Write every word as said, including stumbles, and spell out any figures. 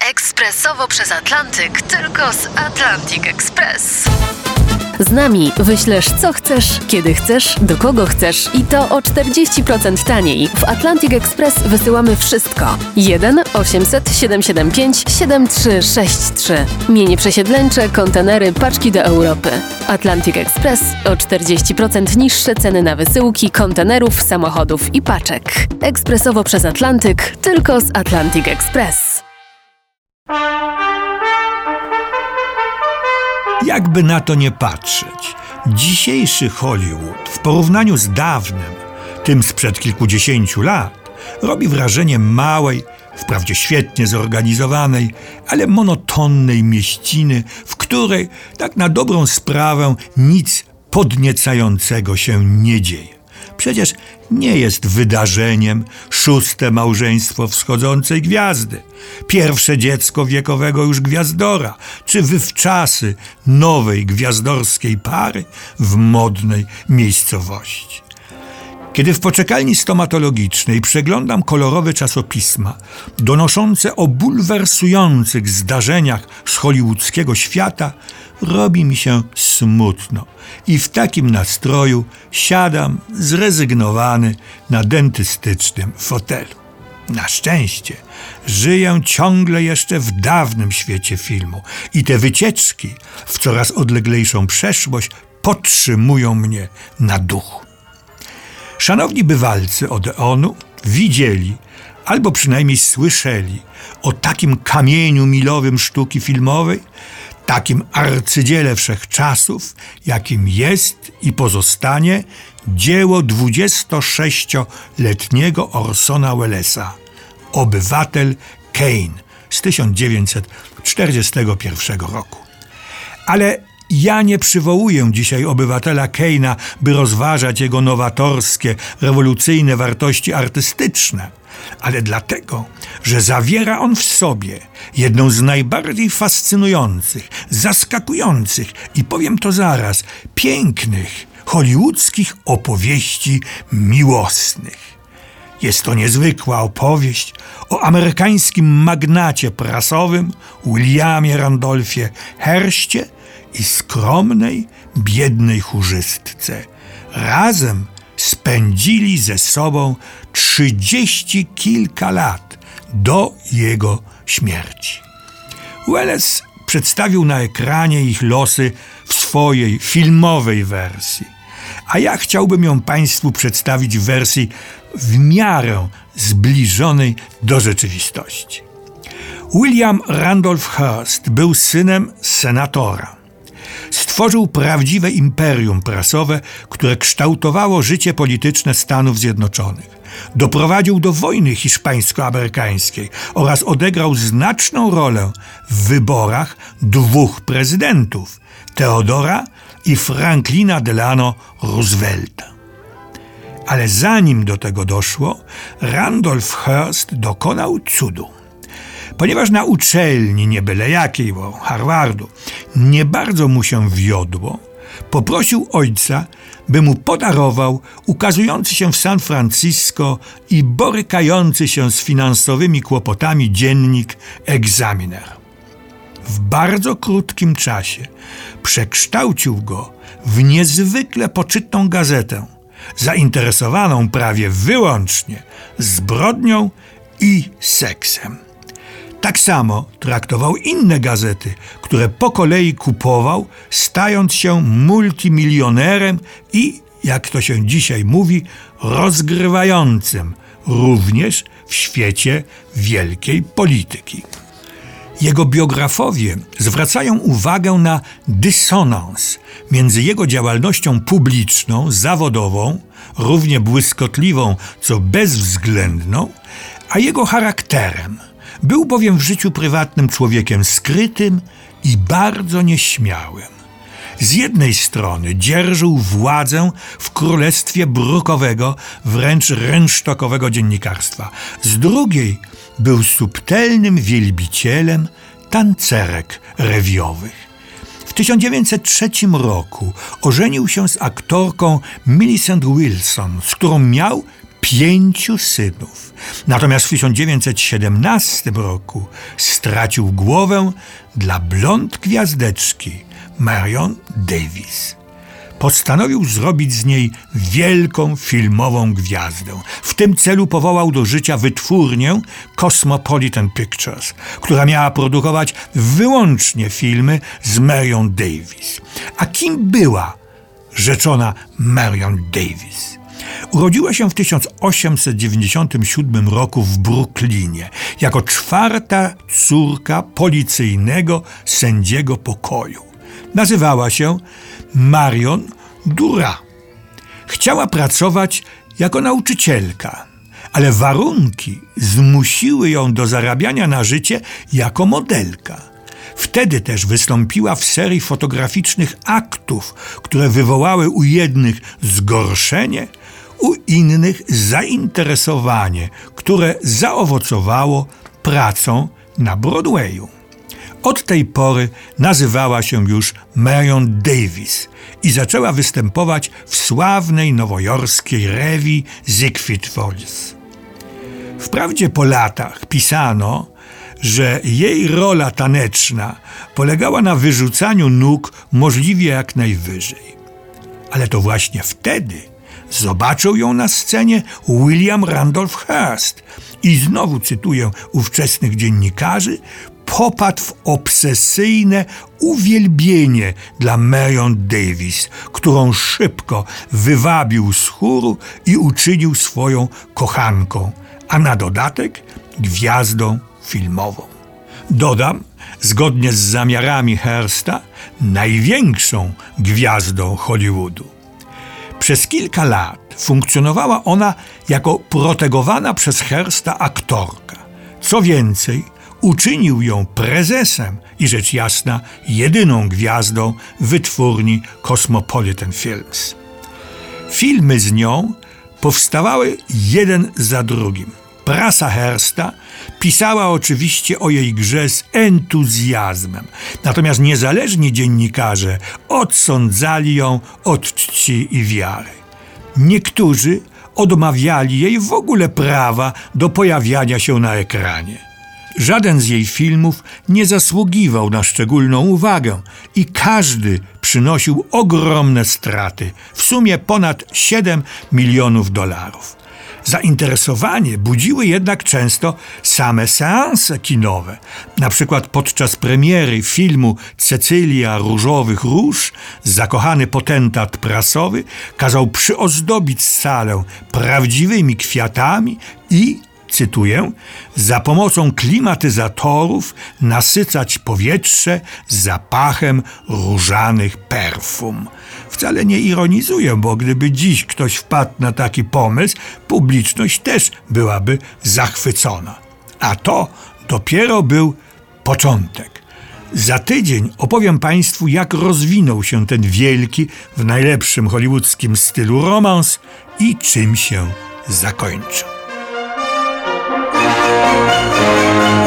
Ekspresowo przez Atlantyk, tylko z Atlantic Express. Z nami wyślesz co chcesz, kiedy chcesz, do kogo chcesz i to o czterdzieści procent taniej. W Atlantic Express wysyłamy wszystko. jeden osiemset siedemset siedemdziesiąt pięć siedemdziesiąt trzy sześćdziesiąt trzy. Mienie przesiedleńcze, kontenery, paczki do Europy. Atlantic Express o czterdzieści procent niższe ceny na wysyłki, kontenerów, samochodów i paczek. Ekspresowo przez Atlantyk, tylko z Atlantic Express. Jakby na to nie patrzeć, dzisiejszy Hollywood w porównaniu z dawnym, tym sprzed kilkudziesięciu lat, robi wrażenie małej, wprawdzie świetnie zorganizowanej, ale monotonnej mieściny, w której tak na dobrą sprawę nic podniecającego się nie dzieje. Przecież nie jest wydarzeniem szóste małżeństwo wschodzącej gwiazdy, pierwsze dziecko wiekowego już gwiazdora, czy wywczasy nowej gwiazdorskiej pary w modnej miejscowości. Kiedy w poczekalni stomatologicznej przeglądam kolorowe czasopisma donoszące o bulwersujących zdarzeniach z hollywoodzkiego świata, robi mi się smutno i w takim nastroju siadam zrezygnowany na dentystycznym fotelu. Na szczęście żyję ciągle jeszcze w dawnym świecie filmu i te wycieczki w coraz odleglejszą przeszłość podtrzymują mnie na duchu. Szanowni bywalcy Odeonu widzieli, albo przynajmniej słyszeli o takim kamieniu milowym sztuki filmowej, takim arcydziele wszechczasów, jakim jest i pozostanie dzieło dwudziestosześcioletniego Orsona Wellesa, Obywatel Kane z tysiąc dziewięćset czterdziestego pierwszego roku. Ale ja nie przywołuję dzisiaj Obywatela Kane'a, by rozważać jego nowatorskie, rewolucyjne wartości artystyczne, ale dlatego, że zawiera on w sobie jedną z najbardziej fascynujących, zaskakujących i powiem to zaraz, pięknych, hollywoodzkich opowieści miłosnych. Jest to niezwykła opowieść o amerykańskim magnacie prasowym Williamie Randolphie Hearście i skromnej, biednej chórzystce. Razem spędzili ze sobą trzydzieści kilka lat do jego śmierci. Welles przedstawił na ekranie ich losy w swojej filmowej wersji, a ja chciałbym ją Państwu przedstawić w wersji w miarę zbliżonej do rzeczywistości. William Randolph Hearst był synem senatora. Stworzył prawdziwe imperium prasowe, które kształtowało życie polityczne Stanów Zjednoczonych. Doprowadził do wojny hiszpańsko-amerykańskiej oraz odegrał znaczną rolę w wyborach dwóch prezydentów, Theodora i Franklina Delano Roosevelta. Ale zanim do tego doszło, Randolph Hearst dokonał cudu. Ponieważ na uczelni, nie byle jakiej, bo Harvardu, nie bardzo mu się wiodło, poprosił ojca, by mu podarował ukazujący się w San Francisco i borykający się z finansowymi kłopotami dziennik Examiner. W bardzo krótkim czasie przekształcił go w niezwykle poczytną gazetę, zainteresowaną prawie wyłącznie zbrodnią i seksem. Tak samo traktował inne gazety, które po kolei kupował, stając się multimilionerem i, jak to się dzisiaj mówi, rozgrywającym również w świecie wielkiej polityki. Jego biografowie zwracają uwagę na dysonans między jego działalnością publiczną, zawodową, równie błyskotliwą, co bezwzględną, a jego charakterem. Był bowiem w życiu prywatnym człowiekiem skrytym i bardzo nieśmiałym. Z jednej strony dzierżył władzę w królestwie brukowego, wręcz rynsztokowego dziennikarstwa. Z drugiej był subtelnym wielbicielem tancerek rewiowych. W tysiąc dziewięćset trzecim roku ożenił się z aktorką Millicent Wilson, z którą miał pięciu synów. Natomiast w tysiąc dziewięćset siedemnastym roku stracił głowę dla blond gwiazdeczki Marion Davies. Postanowił zrobić z niej wielką filmową gwiazdę. W tym celu powołał do życia wytwórnię Cosmopolitan Pictures, która miała produkować wyłącznie filmy z Marion Davies. A kim była rzeczona Marion Davies? Urodziła się w tysiąc osiemset dziewięćdziesiątym siódmym roku w Brooklynie jako czwarta córka policyjnego sędziego pokoju. Nazywała się Marion Dura. Chciała pracować jako nauczycielka, ale warunki zmusiły ją do zarabiania na życie jako modelka. Wtedy też wystąpiła w serii fotograficznych aktów, które wywołały u jednych zgorszenie, u innych zainteresowanie, które zaowocowało pracą na Broadwayu. Od tej pory nazywała się już Marion Davies i zaczęła występować w sławnej nowojorskiej revue Ziegfeld Follies. Wprawdzie po latach pisano, że jej rola taneczna polegała na wyrzucaniu nóg możliwie jak najwyżej. Ale to właśnie wtedy zobaczył ją na scenie William Randolph Hearst i znowu cytuję ówczesnych dziennikarzy, popadł w obsesyjne uwielbienie dla Marion Davies, którą szybko wywabił z chóru i uczynił swoją kochanką, a na dodatek gwiazdą filmową. Dodam, zgodnie z zamiarami Hearsta, największą gwiazdą Hollywoodu. Przez kilka lat funkcjonowała ona jako protegowana przez Hearsta aktorka. Co więcej, uczynił ją prezesem i rzecz jasna jedyną gwiazdą wytwórni Cosmopolitan Films. Filmy z nią powstawały jeden za drugim. Prasa Hearsta pisała oczywiście o jej grze z entuzjazmem, natomiast niezależni dziennikarze odsądzali ją od czci i wiary. Niektórzy odmawiali jej w ogóle prawa do pojawiania się na ekranie. Żaden z jej filmów nie zasługiwał na szczególną uwagę i każdy przynosił ogromne straty, w sumie ponad siedem milionów dolarów. Zainteresowanie budziły jednak często same seanse kinowe. Na przykład podczas premiery filmu Cecylia Różowych Róż zakochany potentat prasowy kazał przyozdobić salę prawdziwymi kwiatami i, cytuję, za pomocą klimatyzatorów nasycać powietrze zapachem różanych perfum. Wcale nie ironizuję, bo gdyby dziś ktoś wpadł na taki pomysł, publiczność też byłaby zachwycona. A to dopiero był początek. Za tydzień opowiem Państwu, jak rozwinął się ten wielki, w najlepszym hollywoodzkim stylu romans i czym się zakończył.